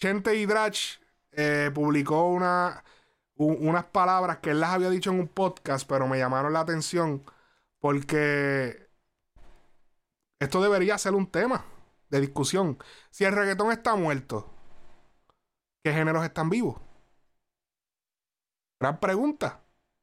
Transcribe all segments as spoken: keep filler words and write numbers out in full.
Chente Hidrach eh, publicó una, un, unas palabras que él las había dicho en un podcast, pero me llamaron la atención porque esto debería ser un tema de discusión. Si el reggaetón está muerto, ¿qué géneros están vivos? Gran pregunta.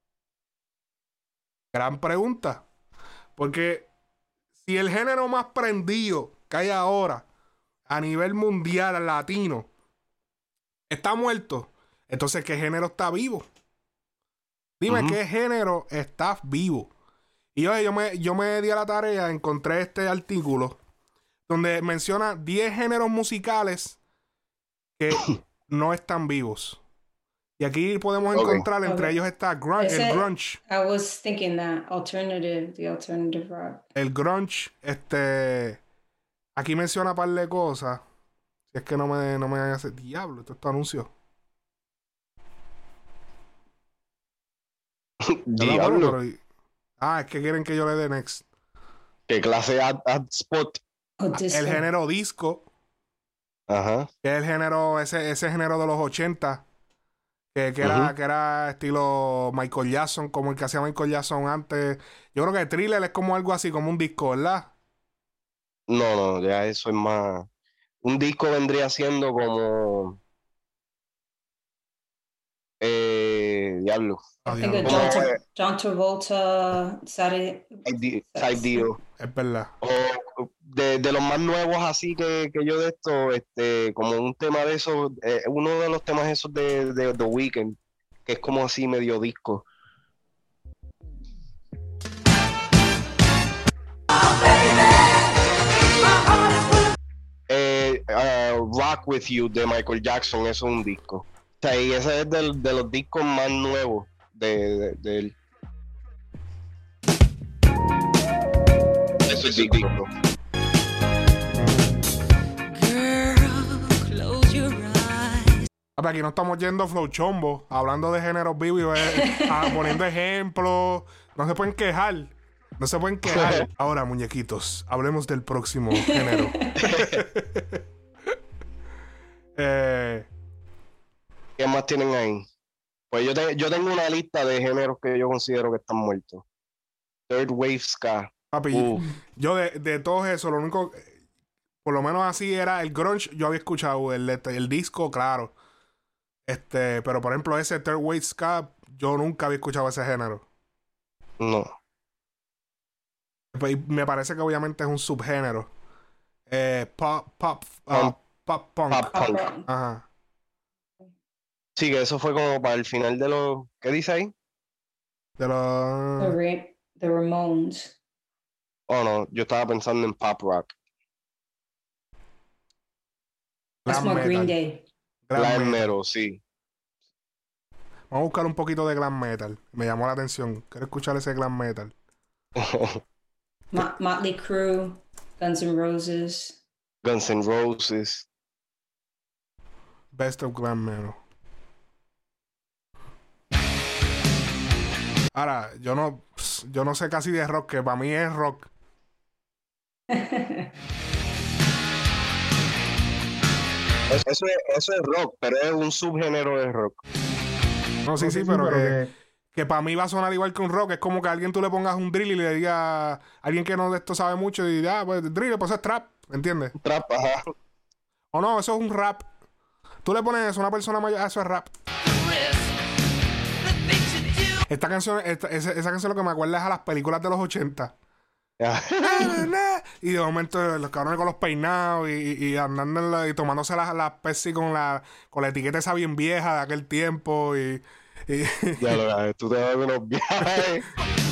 Gran pregunta. Porque si el género más prendido que hay ahora a nivel mundial latino está muerto, entonces ¿qué género está vivo? Dime, uh-huh. ¿qué género está vivo? Y oye, yo me, yo me di a la tarea, encontré este artículo donde menciona diez géneros musicales que no están vivos. Y aquí podemos okay. encontrar, entre okay. ellos está grunge, el it, grunge. I was thinking that alternative, the alternative rock. El grunge, este... Aquí menciona un par de cosas. Si es que no me, no me hace... Diablo, esto es tu anuncio. Diablo. Pero, ah, es que quieren que yo le dé next. ¿Qué clase de ad, ad spot? Oh, disco. El género disco. Ajá. Que es el género, ese, ese género de los ochenta. Que, que, era, uh-huh. que era estilo Michael Jackson, como el que hacía Michael Jackson antes. Yo creo que Thriller es como algo así, como un disco, ¿verdad? No, no, ya eso es más... Un disco vendría siendo como... Eh... Diablo. I think of John, Tra- John Travolta, Side Dio. Es verdad. O de, de los más nuevos así que, que yo de esto, este, como un tema de esos, eh, uno de los temas esos de, de The Weeknd, que es como así medio disco. Eh, uh, Rock With You de Michael Jackson, eso es un disco. O sea, y ese es de, de los discos más nuevos de, de, de él. Eso es disco. Aquí no estamos yendo flow chombo, hablando de géneros vivos, eh, ah, poniendo ejemplos. No se pueden quejar. No se pueden quejar. Ahora, muñequitos, hablemos del próximo género. eh, ¿Qué más tienen ahí? Pues yo, te, yo tengo una lista de géneros que yo considero que están muertos. Third Wave Ska. Papi, uh. yo de, de todos esos, lo único, por lo menos así era el grunge. Yo había escuchado el, el, el disco, claro. Este, pero por ejemplo, ese Third Wave Ska, yo nunca había escuchado ese género. No. Y me parece que obviamente es un subgénero. Eh, pop, pop, uh, pop punk. Pop punk. Ajá. Sí, que eso fue como para el final de los... ¿Qué dice ahí? De los... The, Ra- the Ramones. Oh, no, yo estaba pensando en pop rock. That's more Green Day. Glam metal, sí. Vamos a buscar un poquito de glam metal. Me llamó la atención. Quiero escuchar ese glam metal. Mot- Motley Crue, Guns N' Roses. Guns N' Roses. Best of glam metal. Ahora, yo no, yo no sé casi de rock, que para mí es rock. Eso es, eso es rock, pero es un subgénero de rock. No, sí, no, sí, sí, pero, pero que, que, que para mí va a sonar igual que un rock. Es como que a alguien tú le pongas un drill y le diga a alguien que no de esto sabe mucho y diga, ah, pues drill, pues es trap, ¿entiendes? Trap, ajá. O no, eso es un rap. Tú le pones eso a una persona mayor, ah, eso es rap. Esta canción, esta, esa, esa canción lo que me acuerda es a las películas de los ochenta. Y de momento los cabrones con los peinados y, y, y andando en la, y tomándose las la Pepsi con la con la etiqueta esa bien vieja de aquel tiempo y, y ya lo tú te vas de unos viajes.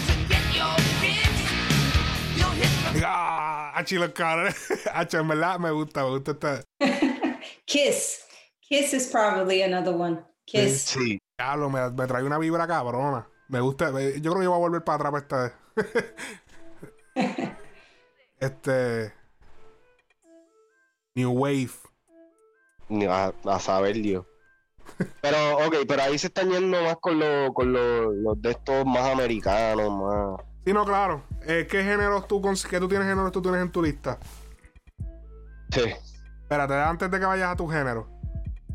ah, achi, los cabrones. Achi, en verdad me gusta, me gusta esta. Kiss. Kiss is probably another one. Kiss. Sí. Diablo, me, me trae una vibra cabrona. Me gusta, yo creo que yo voy a volver para atrás esta vez. Este New Wave. A, a saber Dios. Pero, ok, pero ahí se están yendo más con los con los, los de estos más americanos, más. Sí, no, claro. Eh, ¿Qué géneros tú, qué tú tienes géneros tú tienes en tu lista? Sí. Espérate, antes de que vayas a tu género.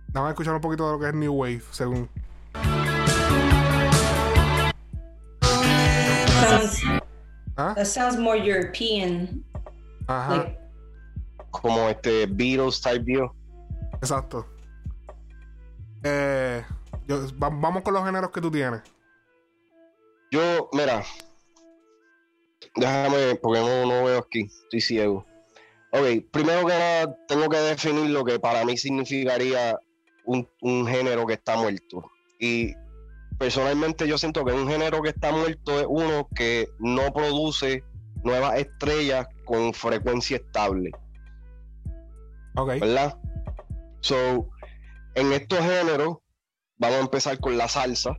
Vamos a escuchar un poquito de lo que es New Wave, según. Sounds, ¿Ah? that sounds more European. Ajá. Like, Como este Beatles type view. Exacto. Eh, yo- va- vamos con los géneros que tú tienes. Yo, mira, déjame, porque no, no veo aquí, estoy ciego. Ok, primero que nada, tengo que definir lo que para mí significaría un, un género que está muerto. Y personalmente yo siento que un género que está muerto es uno que no produce nuevas estrellas con frecuencia estable, Ok. ¿verdad? So, en estos géneros, vamos a empezar con la salsa.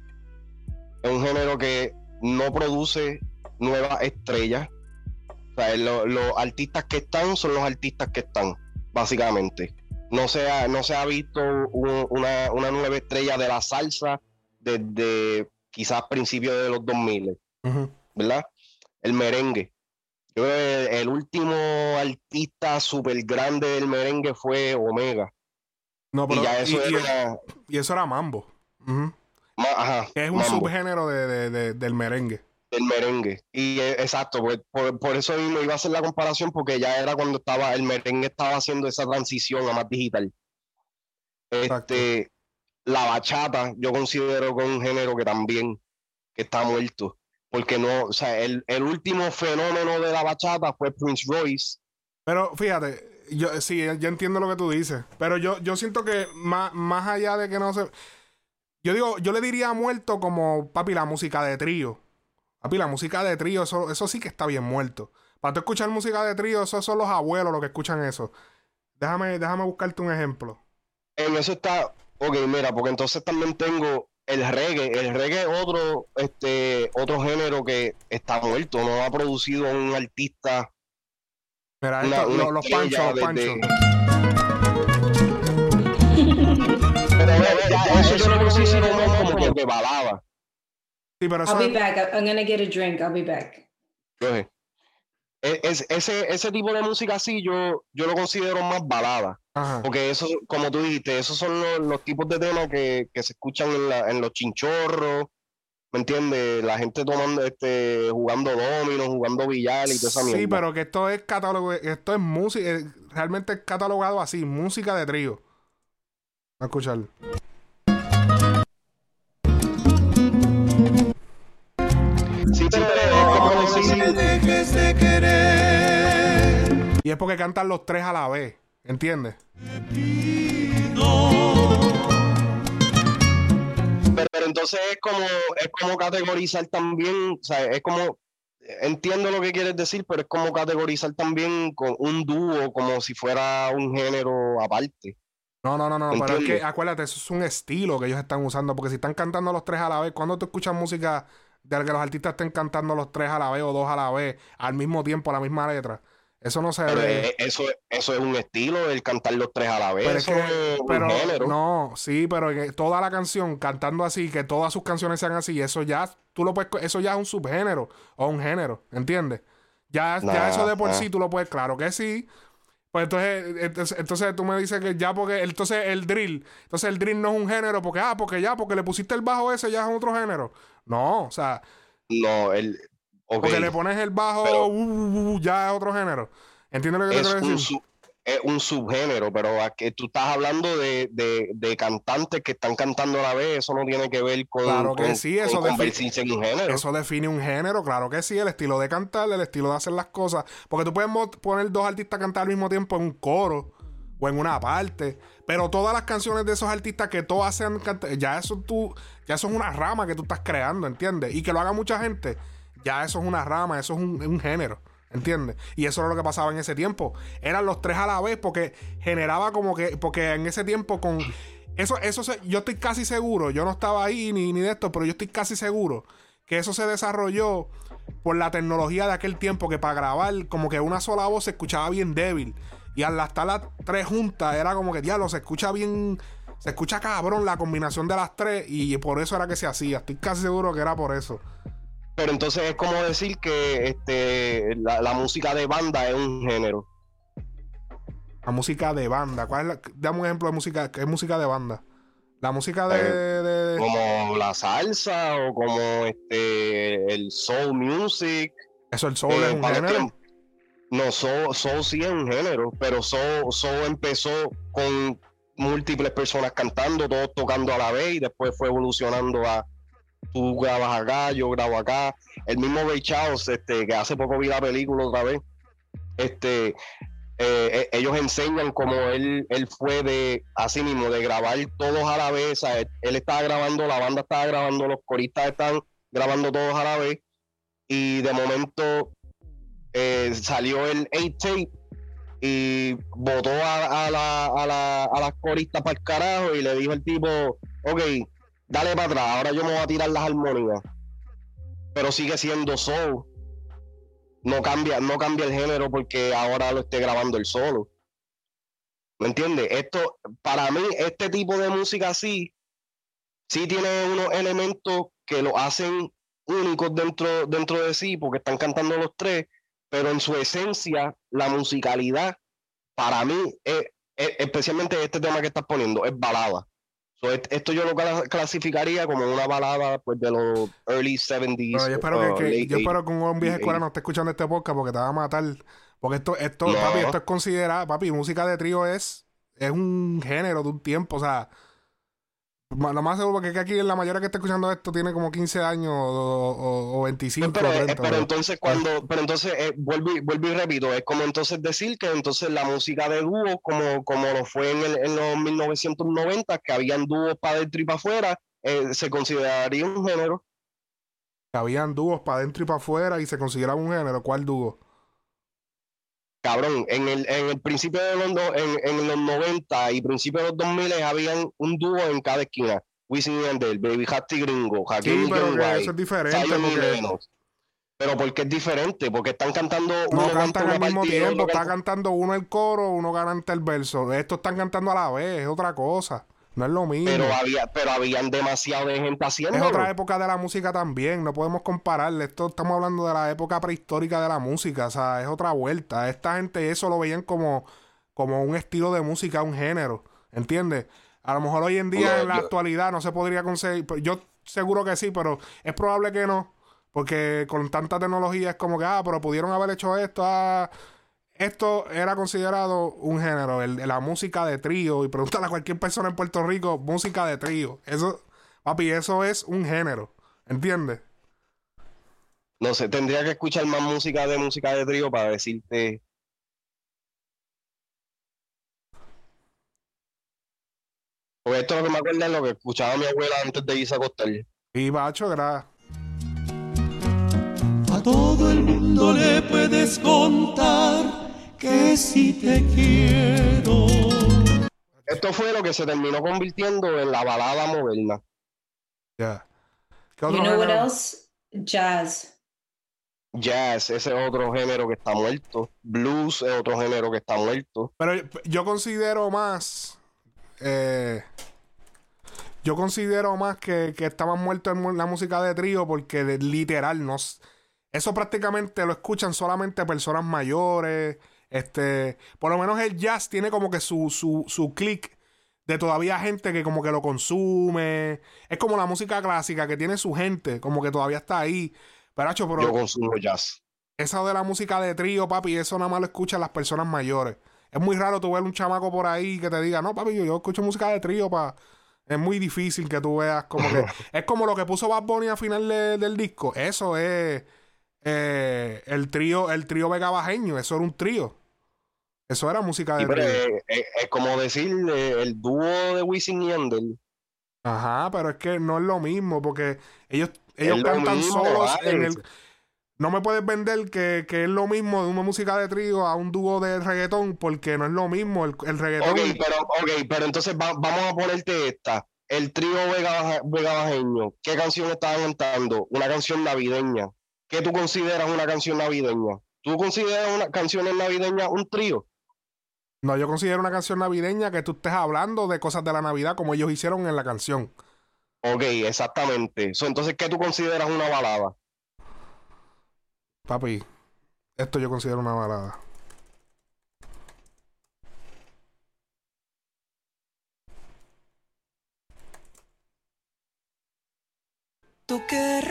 Es un género que no produce nuevas estrellas. O sea, lo- los artistas que están son los artistas que están, básicamente. No se ha, no se ha visto un- una, una nueva estrella de la salsa desde quizás principios de los dos mil, Ujú. ¿verdad? El merengue. Yo creo que el último artista súper grande del merengue fue Omega. No, pero. Y ya eso y, y- era... y eso era mambo. Ujú. ma- Ajá, Que es un mambo. subgénero de, de- de- del merengue. Del merengue. Y eh, exacto, pues, por, por eso mismo iba a hacer la comparación, porque ya era cuando estaba, el merengue estaba haciendo esa transición a más digital. Exacto. Este, la bachata, yo considero que es un género que también que está muerto. Porque no, o sea, el, el último fenómeno de la bachata fue Prince Royce. Pero fíjate, yo sí, yo entiendo lo que tú dices. Pero yo, yo siento que más, más allá de que no se. Yo digo, yo le diría muerto como, papi, la música de trío. Papi, la música de trío, eso, eso sí que está bien muerto. Para tú escuchar música de trío, esos son los abuelos los que escuchan eso. Déjame, déjame buscarte un ejemplo. En eso está, ok, mira, porque entonces también tengo el reggae. El reggae es otro, este, otro género que está muerto, no ha producido un artista. Mira, Una- esto, una lo- los estrella panchos, los desde- panchos. Pero eh, ya, eso yo lo considero más como que, que balada. Sí, pero eso I'll be es- back. I- I'm gonna get a drink. I'll be back. Coge. Es, es- ese, ese tipo de música así yo, yo lo considero más balada. Ajá. Porque eso, como tú dijiste, esos son los, los tipos de temas que, que se escuchan en, la, en los chinchorros, ¿me entiendes? La gente tomando, este, jugando dominos, jugando billar y toda esa mierda. Sí, pero que esto es catálogo, esto es música, eh, realmente es catalogado así, música de trío. Vamos a escuchar. Sí, pero es como decir, dejes de querer. Y es porque cantan los tres a la vez, ¿entiendes? pero, pero entonces es como, es como categorizar también, o sea, es como, entiendo lo que quieres decir, pero es como categorizar también con un dúo como si fuera un género aparte. No, no, no, no, pero es Entiendo. que acuérdate, eso es un estilo que ellos están usando, porque si están cantando los tres a la vez, cuando tú escuchas música de que los artistas estén cantando los tres a la vez o dos a la vez, al mismo tiempo, la misma letra, eso no se Pero ve. eh, eso, eso es un estilo, el cantar los tres a la vez, Pero es eso que, es un pero género. no, sí, pero que toda la canción cantando así, que todas sus canciones sean así, eso ya, tú lo puedes, co- eso ya es un subgénero o un género, ¿entiendes? Ya, ya Nah, eso de por nah. sí tú lo puedes, claro que sí. Pues entonces, entonces, entonces tú me dices que ya porque, entonces el drill, entonces el drill no es un género, porque, ah, porque ya, porque le pusiste el bajo ese, ya es otro género. No, o sea, No, el, ok, porque le pones el bajo, pero- uh, uh, uh, ya es otro género. ¿Entiendes lo que te es quiero un, decir? sub- es un subgénero, pero a que tú estás hablando de, de, de cantantes que están cantando a la vez, eso no tiene que ver con, Claro que con- sí, con eso defi- convertirse en un género. Eso define un género, claro que sí, el estilo de cantar, el estilo de hacer las cosas. Porque tú puedes mo- poner dos artistas a cantar al mismo tiempo en un coro o en una parte, pero todas las canciones de esos artistas que todos hacen cantar, ya eso tú, ya eso es una rama que tú estás creando, ¿entiendes? Y que lo haga mucha gente, ya eso es una rama, eso es un, un género, ¿entiendes? Y eso era lo que pasaba en ese tiempo. Eran los tres a la vez porque generaba como que, porque en ese tiempo con eso, eso se- yo estoy casi seguro, yo no estaba ahí ni, ni de esto, pero yo estoy casi seguro que eso se desarrolló por la tecnología de aquel tiempo, que para grabar como que una sola voz se escuchaba bien débil. Y al estar las tres juntas era como que, diablo, se escucha bien, se escucha cabrón la combinación de las tres, y por eso era que se hacía. Estoy casi seguro que era por eso. Pero entonces es como decir que este, la, la música de banda es un género. La música de banda. ¿Cuál es la, dame un ejemplo de música, ¿qué es música de banda? La música de, Eh, de- Como la salsa o como este el soul music. Eso, el soul es Eh, un para los género. tiempos- no, soul, soul sí es un género, pero soul, soul empezó con múltiples personas cantando, todos tocando a la vez, y después fue evolucionando a tú grabas acá, yo grabo acá. El mismo Ray Charles, este, que hace poco vi la película otra vez, este, eh, eh, ellos enseñan cómo él, él fue de, así mismo, de grabar todos a la vez. O sea, él, él estaba grabando, la banda estaba grabando, los coristas están grabando todos a la vez, y de momento eh, salió el eight tape y botó a, a, la, a, la, a las coristas para el carajo y le dijo el tipo, ok, dale para atrás, ahora yo me voy a tirar las armonías, pero sigue siendo soul. No cambia, no cambia el género porque ahora lo esté grabando el solo. ¿Me entiendes? Esto, para mí, este tipo de música así, sí tiene unos elementos que lo hacen únicos dentro, dentro de sí, porque están cantando los tres, pero en su esencia, la musicalidad, para mí, es, es- especialmente este tema que estás poniendo, es balada. So, est- esto yo lo cla- clasificaría como una balada pues, de los early Pero seventies, yo espero que, uh, que- late yo espero que un viejo escuela eighties. no esté escuchando este podcast porque te va a matar. Porque esto, esto, papi, esto No, es considerado, papi, música de trío es, es un género de un tiempo, o sea, ma- lo más seguro que aquí la mayoría que está escuchando esto tiene como quince años o, o, o pues, veinticinco pero, o eh, treinta, pero pero, entonces cuando, pero entonces eh, vuelvo, y, vuelvo y repito, es como entonces decir que entonces la música de dúo, como, como lo fue en, el- en los mil novecientos noventa, que habían dúos para dentro y para afuera, eh, se consideraría un género. que habían dúos para adentro y para afuera y se consideraba un género. ¿Cuál dúo? Cabrón, en el, en el principio de los, no- en, en los noventa y principio de los dos mil habían un dúo en cada esquina. Wisin y Yandel, Baby Hatti Gringo, Hakeem Sí, y pero John que eso es White, diferente Zion y porque Lennox. Pero ¿por qué es diferente? Porque están cantando, no uno canta cantan al una mismo parte y el tiempo, otro está canta. cantando uno el coro, uno canta el verso. Estos están cantando a la vez, es otra cosa, no es lo Pero mismo. había, pero habían demasiado de gente Es otra haciéndolo. época de la música también, no podemos compararle. Esto estamos hablando de la época prehistórica de la música, o sea, es otra vuelta. Esta gente eso lo veían como, como un estilo de música, un género, ¿entiendes? A lo mejor hoy en día, No, en la yo- actualidad, no se podría conseguir. Pero yo seguro que sí, pero es probable que no, porque con tanta tecnología es como que, ah, pero pudieron haber hecho esto, ah. Esto era considerado un género, el, la música de trío. Y pregúntale a cualquier persona en Puerto Rico, música de trío. Eso, papi, eso es un género. ¿Entiendes? no sé, tendría que escuchar más música de música de trío para decirte. Porque esto es lo que me acuerda es lo que escuchaba mi abuela antes de irse a acostar. Y bacho, era. A todo el mundo le puedes contar que si te quiero. Esto fue lo que se terminó convirtiendo en la balada moderna. Ya. ¿Qué You otro know what género? else? Jazz. Jazz, ese es otro género que está muerto. Blues es otro género que está muerto. Pero yo- yo considero más. eh, yo considero más que, que estaba muerto en mu- la música de trío porque de- literal no. s- Eso prácticamente lo escuchan solamente personas mayores. Este, por lo menos el jazz tiene como que su, su, su click de todavía gente que como que lo consume. Es como la música clásica que tiene su gente, como que todavía está ahí. Pero, acho, Yo pero consumo jazz. eso de la música de trío, papi, eso nada más lo escuchan las personas mayores. Es muy raro tú ver un chamaco por ahí que te diga, no, papi, yo, yo escucho música de trío, pa. Es muy difícil que tú veas como que... Es como lo que puso Bad Bunny al final de- del disco. Eso es eh, el trío, el trío Vega Bajeño. Eso era un trío. Eso era música Sí, de pero trío. es, es- es como decir eh, el dúo de Wisin y Yandel. Ajá, pero es que no es lo mismo porque ellos, Es ellos lo cantan mismo, solos en vale. el... No me puedes vender que, que es lo mismo de una música de trío a un dúo de reggaetón porque no es lo mismo. El, el reggaetón... Ok, pero, okay, pero entonces va- vamos a ponerte esta. El trío Vega, Baja- Vega Bajeño, ¿qué canción estaban cantando? Una canción navideña. ¿Qué tú consideras una canción navideña? ¿Tú consideras una canción navideña un trío? No, yo considero una canción navideña que tú estés hablando de cosas de la Navidad como ellos hicieron en la canción. Ok, exactamente. So, entonces, ¿qué tú consideras una balada? Papi, esto yo considero una balada.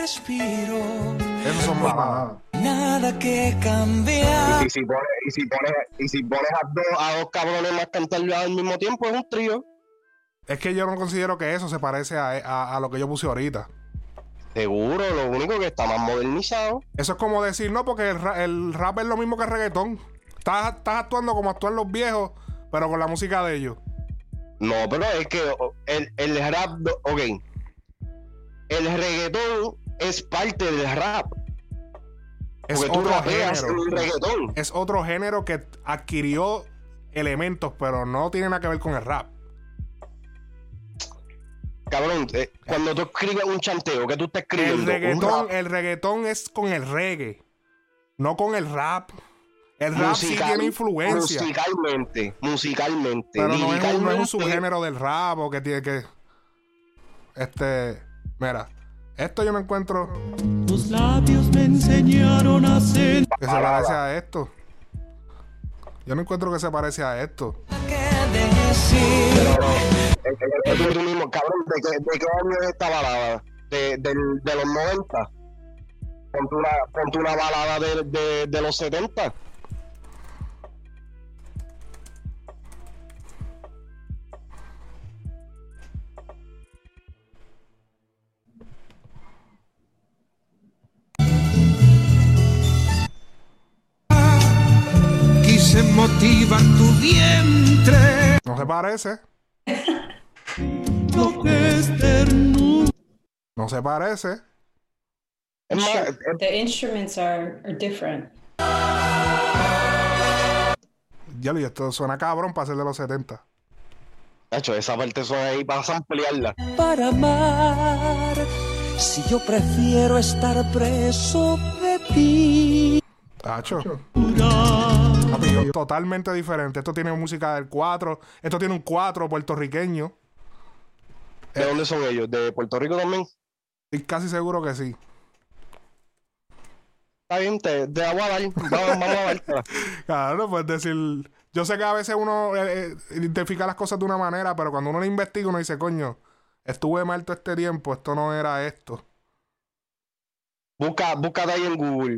respiro. Esos son baladas. Nada que cambiar. Y si, si pones, y si pones, y si pones a, dos, a dos cabrones más cantar al mismo tiempo, es un trío. Es que yo no considero que eso se parece a, a, a lo que yo puse ahorita. Seguro, lo único que está más modernizado. Eso es como decir, no, porque el, ra el rap es lo mismo que el reggaetón. Estás, estás actuando como actúan los viejos, pero con la música de ellos. No, pero es que el, el rap, ok. El reggaetón es parte del rap. Es Porque tú otro rapeas género. en un reggaetón. Es otro género que adquirió elementos, pero no tiene nada que ver con el rap. Cabrón, eh, cuando tú escribes un chanteo, ¿qué tú estás escribiendo? El reggaetón, Un rap. el reggaetón es con el reggae, no con el rap. El rap sí Musical- tiene influencia, Musicalmente, musicalmente. pero no es, un, no es un liricalmente, subgénero del rap o que tiene que. Este. Mira, esto yo no encuentro Tus labios me enseñaron a ser. que se parece a esto. Yo no encuentro que se parece a esto. ¿Qué decir? eh, eh, tú, tú mismo, cabrón, ¿de qué, de qué año es esta balada? De, del- de los noventa. Ponte una, ponte una balada de, de, de los setenta. Quise motivar tu vientre. No se parece. Lo que es ternura. No se parece. Es más, eh, The instruments are, are different. Ya lo, y esto suena cabrón para ser de los setenta. Nacho, esa parte suena ahí, vas a ampliarla. Para amar, si yo prefiero estar preso de ti. Tacho. Papi, totalmente diferente. Esto tiene música del cuatro. Esto tiene un cuatro puertorriqueño. ¿De dónde son ellos? ¿De Puerto Rico también? Estoy casi seguro que sí. Está bien, te, te la voy a dar. Vamos, vamos a dártela. Claro, no puedes decir. Yo sé que a veces uno eh, eh, identifica las cosas de una manera, pero cuando uno lo investiga, uno dice, coño, estuve mal todo este tiempo, esto no era esto. Busca, búscate ahí en Google.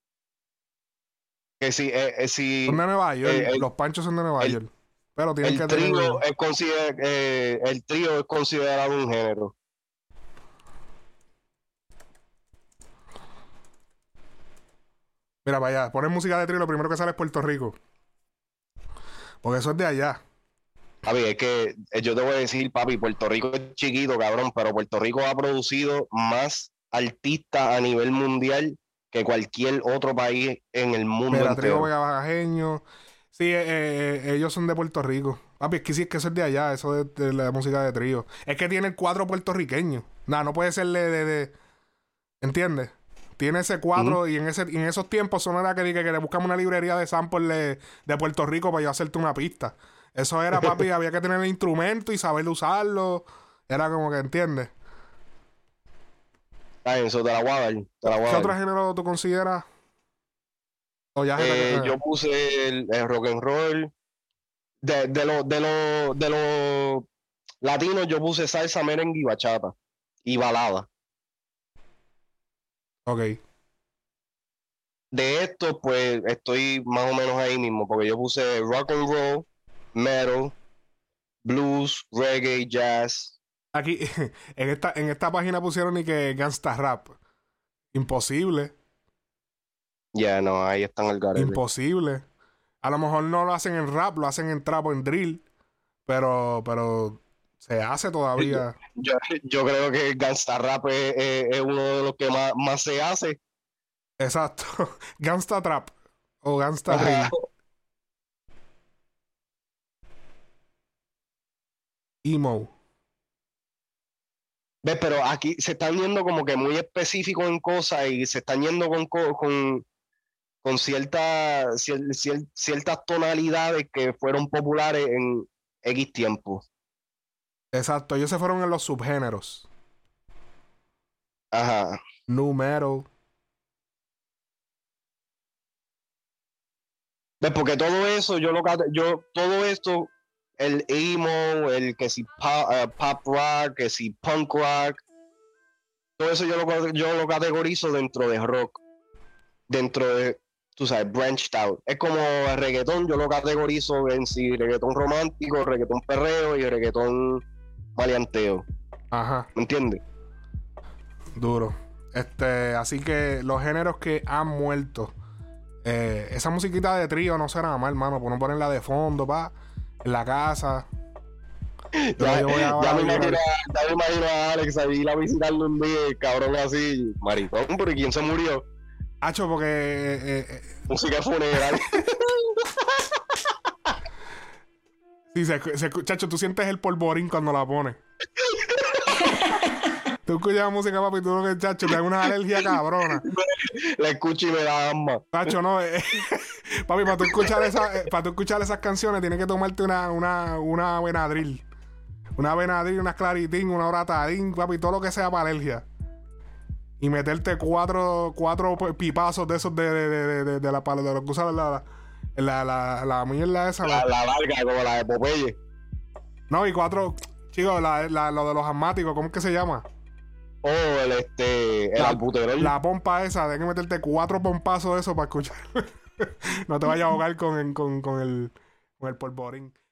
Que si, eh, eh, si Son de Nueva York, eh, el- los panchos son de Nueva el- York. Pero tienen el que tener. trío es consider- eh, el trío es considerado un género. Mira, para allá, ponen música de trío, lo primero que sale es Puerto Rico. Porque eso es de allá. Papi, es que eh, yo te voy a decir, papi, Puerto Rico es chiquito, cabrón, pero Puerto Rico ha producido más artistas a nivel mundial que cualquier otro país en el mundo Mira, trío entero. Vega Bajajeño. Sí, eh, eh, ellos son de Puerto Rico. Papi, es que sí, es que eso es de allá, eso de, de la música de trío. Es que tienen cuatro puertorriqueños. Nada, no puede ser de, de, de- ¿entiendes? Tiene ese cuatro y en ese y en esos tiempos eso no era que diga que le buscamos una librería de samples de, de Puerto Rico para yo hacerte una pista. Eso era, papi, había que tener el instrumento y saber usarlo. Era como que, ¿entiendes? Ah, eso te la voy a dar, te la voy a ¿Qué dar. otro género tú consideras? O ya Eh, se- yo puse el, el rock and roll. De, de los de los de los latinos, yo puse salsa, merengue y bachata. Y balada. Ok. De esto, pues estoy más o menos ahí mismo, porque yo puse rock and roll, metal, blues, reggae, jazz. Aquí, en esta, en esta página pusieron ni que gangsta rap. Imposible. Ya, no, ahí están el garete. Imposible. A lo mejor no lo hacen en rap, lo hacen en trap o en drill. Pero, pero se hace todavía. Yo, yo creo que el gangsta rap es, es- es uno de los que más, más se hace. Exacto. Gangsta trap. O gangsta Ajá. drill. Emo. ¿Ves? Pero aquí se están yendo como que muy específicos en cosas y se están yendo con, co- con, con cierta- cier- cier- ciertas tonalidades que fueron populares en X tiempo. Exacto. Ellos se fueron en los subgéneros. Ajá. Nu metal. ¿Ves? Porque todo eso, yo lo cate- yo, todo esto, el emo, el que si pop, eh, pop rock, que si punk rock, todo eso yo lo, yo lo categorizo dentro de rock, dentro de, tú sabes, branched out. Es como el reggaetón, yo lo categorizo en sí, reggaetón romántico, reggaetón perreo y reggaetón maleanteo. Ajá. ¿Me entiendes? Duro. Este, así que los géneros que han muerto. Eh, esa musiquita de trío no será mal, hermano. Por no ponerla de fondo, pa, en la casa. Yo Ya, yo voy a- ya, a me vibrar. imagino, a- ya me imagino a Alex ahí ir a visitarlo un día, el cabrón así, maricón, pero ¿quién se murió? Hacho, porque eh, eh, eh, Música funeral. sí, se, se, chacho, tú sientes el polvorín cuando la pones. Tú escuchas música, papi, y tú lo que, chacho, te da una alergia cabrona. La escucho y me da asma. Chacho, no, eh, papi, para tú escuchar esa, eh, para tú escuchar esas canciones tienes que tomarte una, una, una Benadryl. Una Benadryl, una Claritin, una Oratadin, papi, todo lo que sea para alergia. Y meterte cuatro, cuatro pipazos de esos de, de, de, de, de, de la de lo que usa la, la, la, la mierda esa. La, La, la larga, como la de Popeye. no, y cuatro, chicos, la, la, lo de los asmáticos, ¿cómo es que se llama? O el este, el La, albuterol. la pompa esa, tienes que meterte cuatro pompazos de eso para escuchar. No te vayas a ahogar con, con, con el, con el polvorín.